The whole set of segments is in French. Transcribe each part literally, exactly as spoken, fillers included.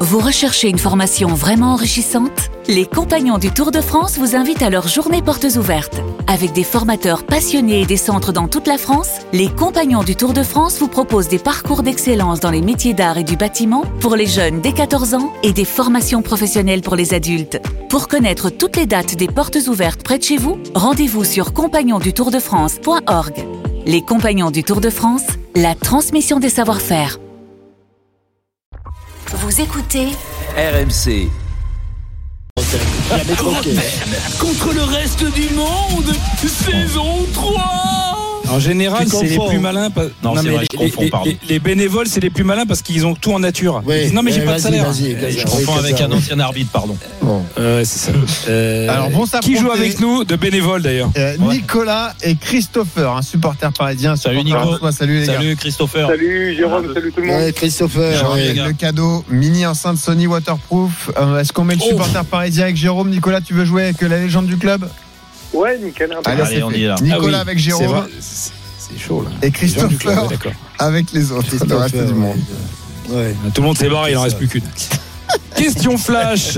Vous recherchez une formation vraiment enrichissante ? Les Compagnons du Tour de France vous invitent à leur journée portes ouvertes. Avec des formateurs passionnés et des centres dans toute la France, les Compagnons du Tour de France vous proposent des parcours d'excellence dans les métiers d'art et du bâtiment pour les jeunes dès quatorze ans et des formations professionnelles pour les adultes. Pour connaître toutes les dates des portes ouvertes près de chez vous, rendez-vous sur compagnons du tour de france point org. Les Compagnons du Tour de France, la transmission des savoir-faire. Vous écoutez R M C. Contre le reste du monde, saison trois. En général, c'est les plus malins. Pas... Non, non, c'est mais vrai, les, je confonds, les, pardon. les, les bénévoles, c'est les plus malins parce qu'ils ont tout en nature. Oui. Ils disent, non, mais j'ai ouais, pas de salaire. Vas-y, vas-y, Je confonds avec un ancien arbitre, pardon. Bon. Euh, c'est ça. Euh, Alors, bon, ça qui joue avec nous de bénévoles d'ailleurs? euh, Ouais. Nicolas et Christopher, un supporter parisien. Salut, supporter Nico. François, salut les Salut Christopher. Salut Jérôme, salut tout le monde. Ouais, Christopher. gars. Je ouais. ramène gars. le cadeau, mini enceinte Sony Waterproof. Euh, Est-ce qu'on met le Oh. supporter parisien avec Jérôme? Nicolas, tu veux jouer avec la légende du club? Ouais, nickel. Allez, Allez, c'est on fait. y est là. Nicolas Ah oui, avec c'est Jérôme vrai, C'est c'est chaud là. et Les gens du club, Christopher ouais, d'accord. avec les autres. Le reste Christopher, du monde. Ouais. Tout le monde s'est barré, il en reste plus qu'une. Question flash.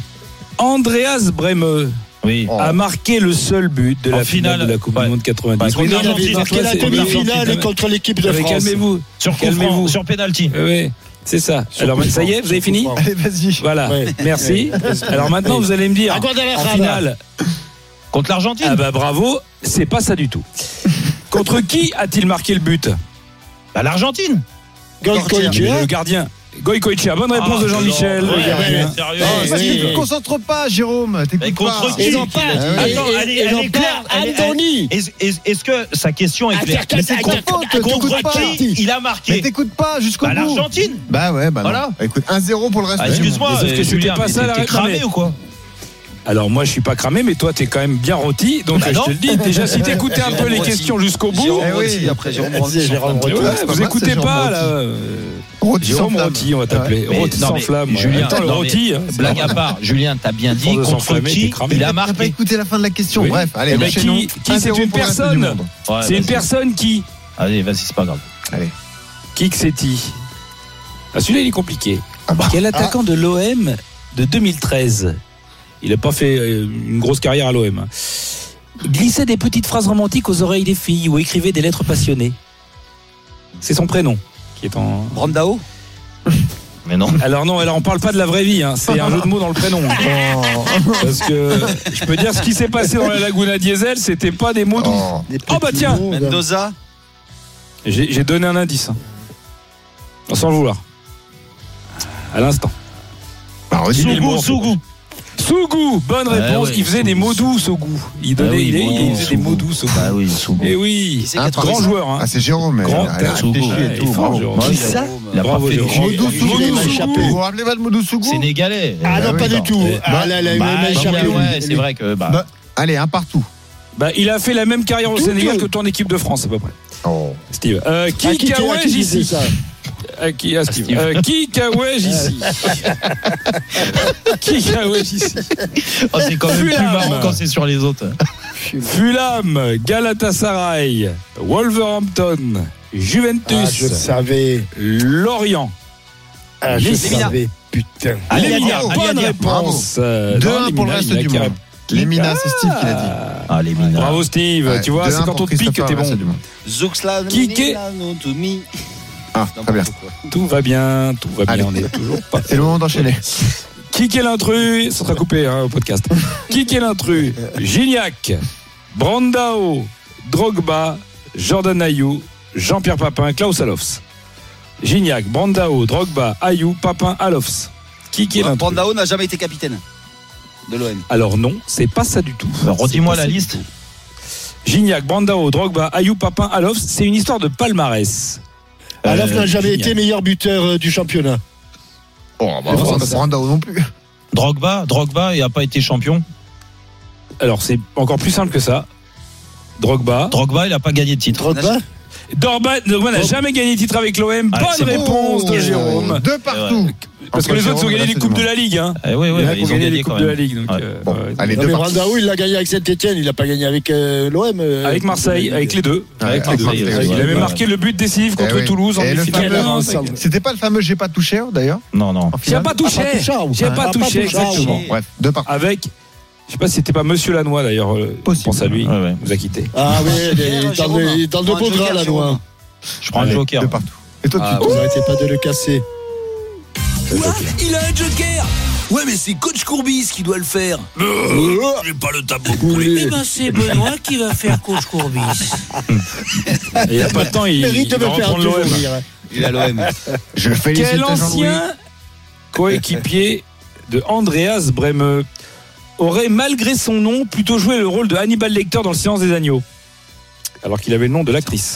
Andreas Breme Oui. Oh. a marqué le seul but de En la finale, finale, de la Coupe ouais. du Monde quatre-vingt-dix. Bah, Oui, contre non, Il avait l'Argentine, marqué c'est la contre demi-finale l'Argentine. contre l'équipe de mais France. calmez-vous. Sur coup Calmez-vous. franc, sur penalty. Oui, c'est ça. Sur Alors coup ça y est, franc, vous avez sur fini coup franc. Allez, vas-y. Voilà, Ouais. merci. Alors maintenant, vous allez me dire, À Guadalajara. en finale, Contre l'Argentine. ah bah bravo, c'est pas ça du tout. Contre qui a-t-il marqué le but? Bah, l'Argentine. Goicoechea. Le gardien. Goicoechea. Bonne réponse Ah, de Jean-Michel. non, Le ouais, gardien. ouais, sérieux. Ah, Parce oui, que tu oui. te concentres pas, Jérôme. Mais T'écoutes contre pas. qui Et non pas. Ah oui. Attends, Et- elle est- et elle non est pas claire, elle est- Anthony. Est-ce est-ce- est-ce que sa question est claire? Mais c'est contre- Contre t'écoutes pas. qui il a Mais marqué? t'écoutes pas jusqu'au Bah, bout. l'Argentine. Bah ouais, bah non. Voilà. Écoute, un zéro pour le reste. Ah, du monde. excuse-moi, Sauf que euh, c'était Julien, pas mais ça, t'es- la t'es règle, cramé mais- ou quoi? Alors moi je suis pas cramé, mais toi t'es quand même bien rôti. Donc Bah je non. te le dis, déjà si t'écoutais un peu les questions jusqu'au bout, Eh oui. Après Jérôme Rossi. Jérôme Ouais, Rossi. c'est pas vous mal, écoutez c'est Jérôme pas Rôti. là. euh, Rôti sans Jérôme flamme. Rôti, on va t'appeler. Mais Rôti non, sans mais flamme. ouais. Julien, Attends, le non, mais rôti. hein, Blague à part, Julien, t'as bien dit Sans contre s'enflammer, qui t'es cramé. il a T'as pas marqué. écouté la fin de la question. Oui. Bref, allez, Eh ben, enchaînons. qui, qui un c'est zéro une pour le reste du personne monde. Ouais, C'est une vas-y. personne qui Allez, vas-y, c'est pas grave. Qui que c'est-il? Ah, celui-là il est compliqué. Ah bah. Quel attaquant de l'O M de deux mille treize? Il n'a pas fait euh, une grosse carrière à l'O M. Glissait des petites phrases romantiques aux oreilles des filles ou écrivait des lettres passionnées. C'est son prénom qui est en. Brandao. Mais non. Alors non, alors on parle pas de la vraie vie, hein. C'est un jeu de mots dans le prénom. Parce que je peux dire ce qui s'est passé dans la Laguna Diesel, c'était pas des mots doux. Oh. Oh bah tiens, Mendoza. j'ai, j'ai donné un indice, hein. Sans le vouloir. À l'instant. Bah, redis les mots. Sougou, Sougou. Sougou, bonne Ouais, réponse. ouais, il faisait Sougou. des mots doux, Sougou. Il donnait, Ah oui, il, est- bon, il faisait des Sougou. mots doux, Sougou. Ah oui, Sougou. Et oui, c'est un quatre-vingt-dix. grand joueur. Hein. Ah, c'est Jérôme. mais Grand il a Sougou. réfléchi Ouais, et il est tout. fort, Bravo. Jérôme. Qui ça Il a pas Bravo, fait Jérôme. Modou Il Sougou. m'a échappé. Vous vous rappelez pas de Modou Sougou? Sénégalais. Ah Bah non, oui, pas du non. tout. Eh, Ah là, là, il Bah, m'a non, échappé. mais ouais, c'est vrai que. Bah, Bah, allez, un partout. Bah, il a fait la même carrière au Tout, Sénégal tout. que ton équipe de France, à peu près. Oh. Steve. Euh, Ah, qui qui- qui- Kawaj qui disait ici ça Euh, qui, ah, Steve. Steve. Euh, qui Kawaj ici Qui Kawaj ici oh, c'est quand même plus Fulham. marrant quand c'est sur les autres. Fulham, Galatasaray, Wolverhampton, Juventus, Ah, je savais. Lorient. Ah, je Lemina. savais. Putain. Allez, Lemina, bravo. bonne Allez, réponse. Euh, deux non, un pour le Lemina, reste Lemina du qui monde. a- Les Minas, c'est Steve qui l'a dit. Ah, les mineurs. Bravo Steve, Ouais, tu vois, deux c'est un quand pour on te pique que Christopher, t'es le reste bon. du monde. Zuxla. Qui qu'est- Ah, très bien. Tout va bien, tout va bien, Allez. on est toujours pas. C'est le moment d'enchaîner. Qui est l'intrus? Ça sera coupé hein, au podcast. Qui est l'intrus? Gignac, Brandao, Drogba, Jordan Ayew, Jean-Pierre Papin, Klaus Allofs. Gignac, Brandao, Drogba, Ayew, Papin, Allofs. Qui est l'intrus? Brandao n'a jamais été capitaine de l'O M. Alors non, c'est pas ça du tout. Bah, redis-moi C'est la pas ça liste. du tout. Gignac, Brandao, Drogba, Ayew, Papin, Allofs. C'est une histoire de palmarès. Alof Euh, n'a jamais Gignac. été meilleur buteur euh, du championnat. Oh, bah, Non, Brand- ça- Brandao non plus. Drogba, Drogba, il n'a pas été champion. Alors c'est encore plus simple que ça. Drogba. Drogba, il n'a pas gagné de titre. Drogba Dorban, Dorban n'a jamais gagné de titre avec l'O M. Ah, Bonne c'est réponse bon. de Jérôme. Deux partout. Parce que les autres ont gagné les coupes de la Ligue. Hein. Eh oui, oui, Il y en a bah, qui ont ils ont gagné gagné les quand coupes de la même. Ligue. Donc, Ouais. euh, Bon, ouais. allez, Non, deux mais partout. Brandao, il a gagné avec Saint-Etienne, il n'a pas gagné avec euh, l'O M. euh, Avec Marseille, avec les deux. Avec Ouais, Marseille, avec aussi, Il ouais, avait ouais. marqué le but décisif contre Eh oui. Toulouse en Et le demi-finale. fameux- Avec- C'était pas le fameux j'ai pas touché d'ailleurs. Non, non. En J'ai finale pas touché. Ah, pas touché, J'ai ah, pas pas touché, touché, exactement. oui. Bref, deux partout. Avec, je sais pas si c'était pas Monsieur Lannoy d'ailleurs. euh, Je Possible. pense à lui. Ouais, ouais. Il nous a quittés. Ah oui, il est dans Jérôme, le- il est dans le prends un beau drap joker, là, Jérôme. loin. Je prends un Allez, joker. deux partout. Et toi, Ah, tu Vous arrêtez pas de le casser. Quoi ? Il a un joker. Ouais, mais c'est coach Courbis qui doit le faire. Euh, J'ai pas le tableau. Poulet. Eh ben, c'est Benoît qui va faire coach Courbis. Et il n'y a pas de temps, il, il Mérite de va me faire reprendre l'O M. toujours rire. Il a l'O M. Je le félicite. Quel Jean-Louis. ancien coéquipier de Andreas Brehme aurait, malgré son nom, plutôt joué le rôle de Hannibal Lecter dans Le Silence des Agneaux, alors qu'il avait le nom de l'actrice?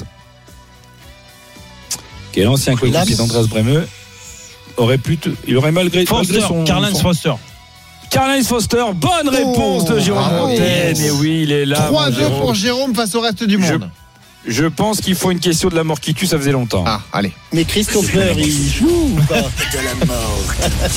Quel ancien coéquipier d'Andreas Brehme aurait plutôt, il aurait malgré, Foster, malgré son Karl-Heinz son- Foster. Karl-Heinz Foster, bonne réponse de Jérôme bravo. Montaigne. Et oui, il est là. trois mon deux Jérôme. pour Jérôme face au reste du Je- monde. Je pense qu'il faut une question de la mort qui tue, ça faisait longtemps. Ah, allez. Mais Christopher, il joue ou pas? De la mort.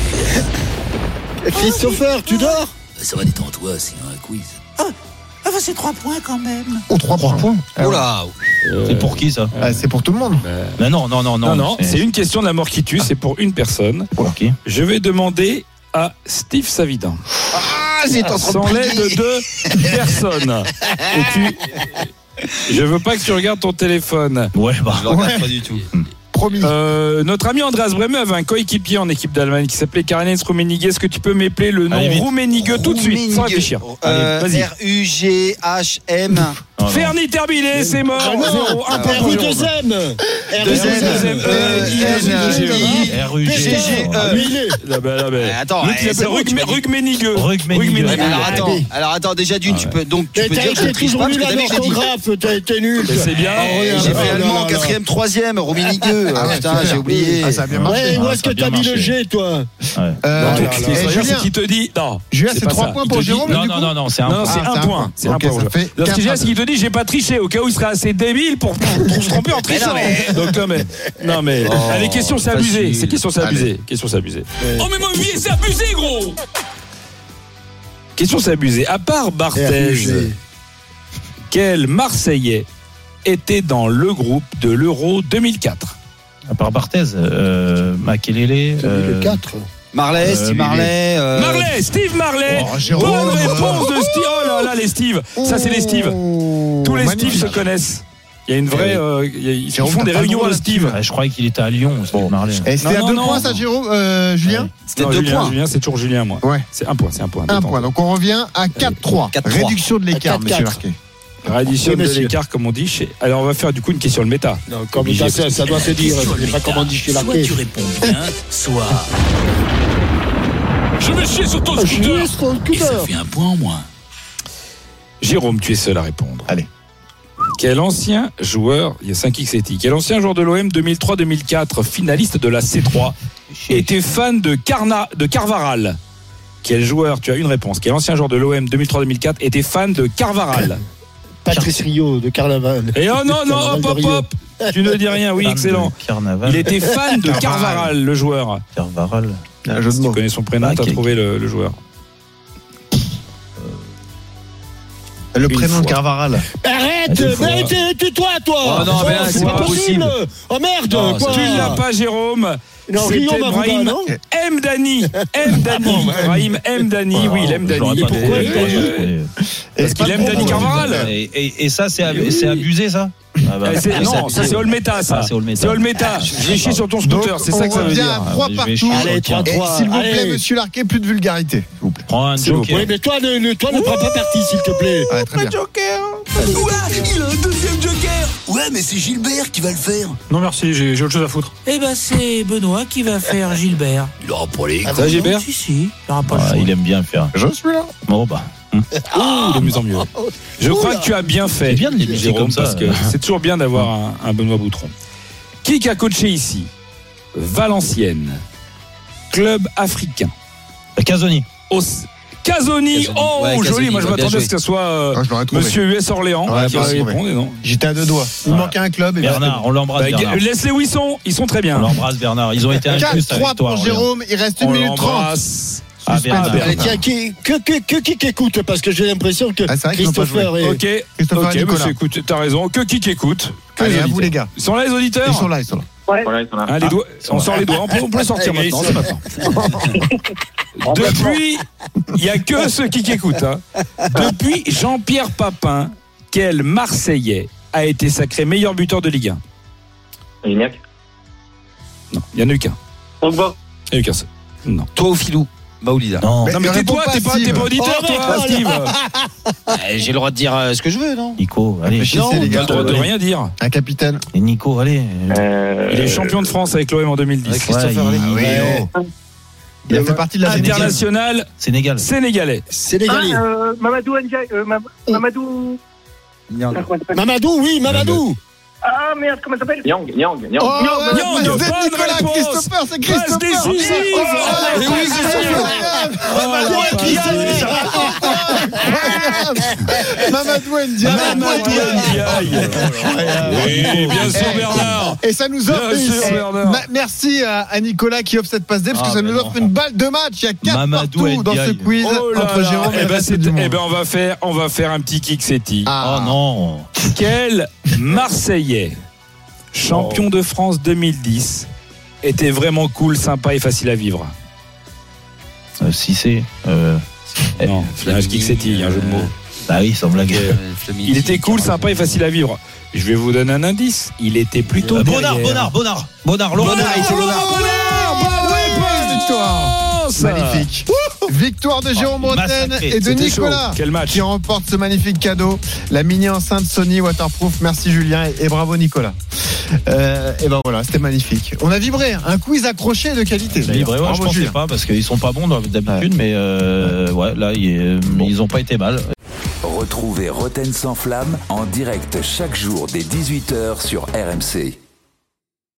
Christopher, tu dors? Ça va, détends-toi, c'est un quiz. Ah, ah bah, c'est trois points quand même. Oh, trois points. Oh là. Euh, C'est pour qui ça? Ah, c'est pour tout le monde. euh, Mais non, non, non, non. Non, non, c'est une question de la mort qui tue, c'est pour une personne. Pour qui? Je vais demander à Steve Savidan. Ah, c'est en train Sans de l'aide prier. de personne. Et tu... Je veux pas que tu regardes ton téléphone. Ouais, bah. Je le regarde Ouais. pas du tout. Promis. Euh, notre ami Andreas Brehme avait un coéquipier en équipe d'Allemagne qui s'appelait Karl-Heinz Rummenigge. Est-ce que tu peux m'épeler le nom Allez, vite. Rummenigge tout de suite, sans réfléchir? Euh, Allez, vas-y. R U G H M. Non, non. Fernie terminé, c'est mort. Ah non, Zéro, un point R pour U Jérôme. deux M. R U Deuxième, deux M. euh, I, N, G, I, R U G. G, G, Ah, E. Lui, il est. Là, bah, là, bah. Euh, attends, L'autre, il eh, c'est appelle bon, tu m'as dit. Rummenigge. Rummenigge. Ouais, mais alors Ah, attends, oui. alors attends, déjà d'une, Ah, tu peux donc tu Mais peux t'as dire que je été triche toujours pas parce nul que à t'as vu que j'ai dit. l'orthographe, t'as été nul. Mais c'est bien. Et Ah, j'ai non, fait non, allemand, non, quatrième, troisième, Rummenigge. Ah ouais, Putain, super. j'ai oublié. Ah, ça a bien marché. Ouais, où Ah, est-ce ça que a bien t'as mis le marché. G, toi? Ouais. Euh, Non, eh, donc, ce qui est Julien, c'est qu'il te dit. Non, Julien, c'est c'est pas trois ça. points Il pour te dit- Jérôme. Non, du non, coup non, non, c'est un Non, point. c'est Ah, un point. C'est un Ok, point. ça fait Donc, ce qu'il y a, quatre c'est qu'il te dit j'ai pas triché au cas où il serait assez débile pour, pour se tromper en trichant. Donc non mais non mais Oh, allez, question c'est facile. abusé, c'est question c'est Allez. abusé, question c'est abusé. Oh, mais mon billet, c'est abusé, gros. Question c'est abusé. À part R U Barthez, G. quel Marseillais était dans le groupe de l'Euro deux mille quatre? À part Barthez, euh, Makelele. T'as mis le quatre. Marley, Euh, Steve Marley. euh, Marley, Steve Marley. Oh, Jérôme. Bonne réponse de Steve. Oh là là les Steve. Ça c'est les Steve. Tous les Magnifique. Steve se connaissent. Il y a une vraie, euh, il y a- ils Jérôme, font t'as des pas le réunions droit de là-dessus. Steve. je croyais qu'il était à Lyon, Steve Marley. Et c'était Non, à deux non, points, non. ça, Jérôme, euh, Julien C'était Non, deux Julien, points. Julien, c'est toujours Julien moi. Ouais. C'est un point, c'est un point. Un détends. point. Donc on revient à quatre trois. quatre trois. Réduction de l'écart, À quatre monsieur quatre. Larquet. Réduction Oui, de monsieur. l'écart, comme on dit. Chez... Alors, on va faire du coup une question le méta. Non, comme Obligé, ça, ça doit se dire. Je sais pas comment on dit chez Soit Larquet. tu réponds bien, soit. Je vais chier sur ton Ah, je suis scooter. juste ton Et ça scooter. fait un point en moins. Jérôme, tu es seul à répondre. Allez. Quel ancien joueur, il y a cinq X et T, quel ancien joueur de l'O M deux mille trois deux mille quatre, finaliste de la C trois, était fan de, Carna, de Carvaral? Quel joueur, tu as une réponse, quel ancien joueur de l'O M deux mille trois deux mille quatre était fan de Carvaral? Patrice Rio de Carnaval. Et oh non, non, Carnaval hop, de hop, Rio. hop, tu ne dis rien, oui, Fan excellent. de Carnaval. Il était fan de Carvaral. Carvaral, le joueur. Carvaral. Un jeu de Si tu mots. connais son prénom, Ah, tu as quel- trouvé le, le joueur. Le Une prénom de fois. Carvaral. Arrête, Une fois. mais t'es- tais-toi, toi. Oh non, mais là, c'est c'est pas pas possible. possible. Oh merde, Non, quoi. Tu ne l'as pas, Jérôme. Non, C'était Rio Mavuba, Brahim non M. Dani. M. Dani. Brahim M. Dani. Oui, il aime J'aurais Dani. pas pourquoi trouvé, il j'aurais dit pas trouvé. Parce qu'il aime Dani Carvaral. Et, et, et ça, c'est ab- c'est abusé, ça Ah bah, Eh, c'est- c'est Non, abusé. ça c'est Olmeta, ça. Ah, c'est Olmeta. C'est Olmeta. J'ai chié sur ton Donc, scooter, c'est ça que ça on veut revient dire. à trois Je vais partout. chier. Allez, Et trois, trois. s'il vous plaît, Allez. monsieur Larquet, plus de vulgarité, s'il vous plaît. Prends un C'est bon. joker. Oui, mais toi, ne, ne- toi, ne prends pas parti, s'il te plaît. Ouais, très bien. Ouais, il a un deuxième joker. Ouais, mais c'est Gilbert qui va le faire. Non merci, j'ai autre chose à foutre. Eh ben, c'est Benoît qui va faire Gilbert. Il aura pas les. Ça, Gilbert? Si, si. Il aura pas le Ah, choix. il aime bien faire. Je suis là. Bon, bah. Ah, de mieux en mieux. Je crois que tu as bien fait. C'est bien de les laisser Jérôme, comme ça. parce que c'est toujours bien d'avoir un, un Benoît Boutron. Qui a coaché ici? Valenciennes, club africain. Casoni. Os- Casoni. Casoni. Oh, Ouais, joli. Casoni, Moi, je ouais, bien m'attendais à ce joué. que ce soit euh, Ah, je l'aurais trouvé. Monsieur U S Orléans Ouais, qui bien allait trouvé. répondre. et non. J'étais à deux doigts. Il Voilà. manquait un club. Et Bernard, on l'embrasse, Bah, Bernard. laisse-les où ils sont. Ils sont très On bien. l'embrasse, Bernard. Ils ont été injustes quatre avec trois toi. pour Orléans. Jérôme. Il reste une On minute trente. l'embrasse. Ah, Bernard. Bernard. Allez, tiens, qui, que, que, que, qui qui écoute parce que j'ai l'impression que Ah, c'est vrai qu'ils n'ont pas Christopher est. Ok, Christopher ok, et Nicolas. monsieur, écoute, t'as raison. Que qui qui écoute Que Allez, les à vous, auditeurs. les gars. Ils sont là, les auditeurs. Ils sont là, ils sont là. Ouais. Hein, les doigts, on sort les doigts. On peut, on peut les sortir maintenant. C'est maintenant. Depuis, il n'y a que ceux qui, qui écoutent. Hein. Depuis Jean-Pierre Papin, quel Marseillais a été sacré meilleur buteur de Ligue un? Gignac. Non, il n'y en a eu qu'un. Pogba. Il n'y en a eu qu'un seul. Non. Toi au filou, Maoulida. Non, Non, mais ne réponds tais-toi, pas, t'es pas, Steve. t'es pas auditeur, Oh, toi, non, Steve. Eh, J'ai le droit de dire euh, ce que je veux, non? Nico, allez. Réfléchissez, les T'as gars. le droit de allez. rien dire. Un capitaine. Et Nico, allez. Euh, Il est champion de France avec l'O M en deux mille dix. Avec Christopher Ouais, Lenny. il- Ouais. oh. Il a fait partie de la Sénégal. International Sénégal. sénégalais. C'est les Ah, gars. euh, Mamadou Ndiaye. Euh, Mam- Mamadou. Ah, comment il s'appelle Mamadou, oui, Mamadou. Ah merde, comment il s'appelle Yang, Yang, Yang. Oh, Nyang, ouais, Nyang, vous bonne êtes Nicolas, réponse. Christopher, c'est Christopher. Passe décisive. Oh, Oh, et oui, Christopher. Mamadou Mamadou Ndiaye. Mamadou Ndiaye. Oui, bien sûr, Bernard. Et ça nous offre. Bien sûr, et- Bernard. Ma- Merci à, à Nicolas qui offre cette passe D parce Ah, que ça mais nous non. offre une balle de match. Il y a quatre Mamadou partout dans ce Ndiaye. quiz Oh là entre là. Jérôme et Eh le ben, reste c'est- du eh monde. ben, on va faire, on va faire un petit kick-setti. Ah. Oh non. Quel Marseillais, champion de France deux mille dix, était vraiment cool, sympa et facile à vivre? Euh, si c'est. Euh, Non, il y a un kick-setti, il y a un jeu de mots. bah oui, sans blague. Euh, Flamini, Il était cool, sympa et facile à vivre. Je vais vous donner un indice. Il était plutôt Euh, Bonnard, derrière. Bonnard, Bonnard. Bonnard, Laurent. Bonnard, Bonnard. Bonnard, bonne réponse. Magnifique. Victoire de Jérôme Oh, Bretagne massacré. et de C'était Nicolas chaud. Quel match. qui remporte ce magnifique cadeau, la mini enceinte Sony waterproof. Merci Julien et, et bravo Nicolas. Euh, et ben voilà, c'était magnifique. On a vibré, un quiz accroché de qualité. Bah, vrai, ouais, Bravo, je pensais Julien. pas parce qu'ils sont pas bons d'habitude, Ouais. mais euh, ouais, là ils, ils ont pas été mal. Retrouvez Roten sans flamme en direct chaque jour dès dix-huit heures sur R M C.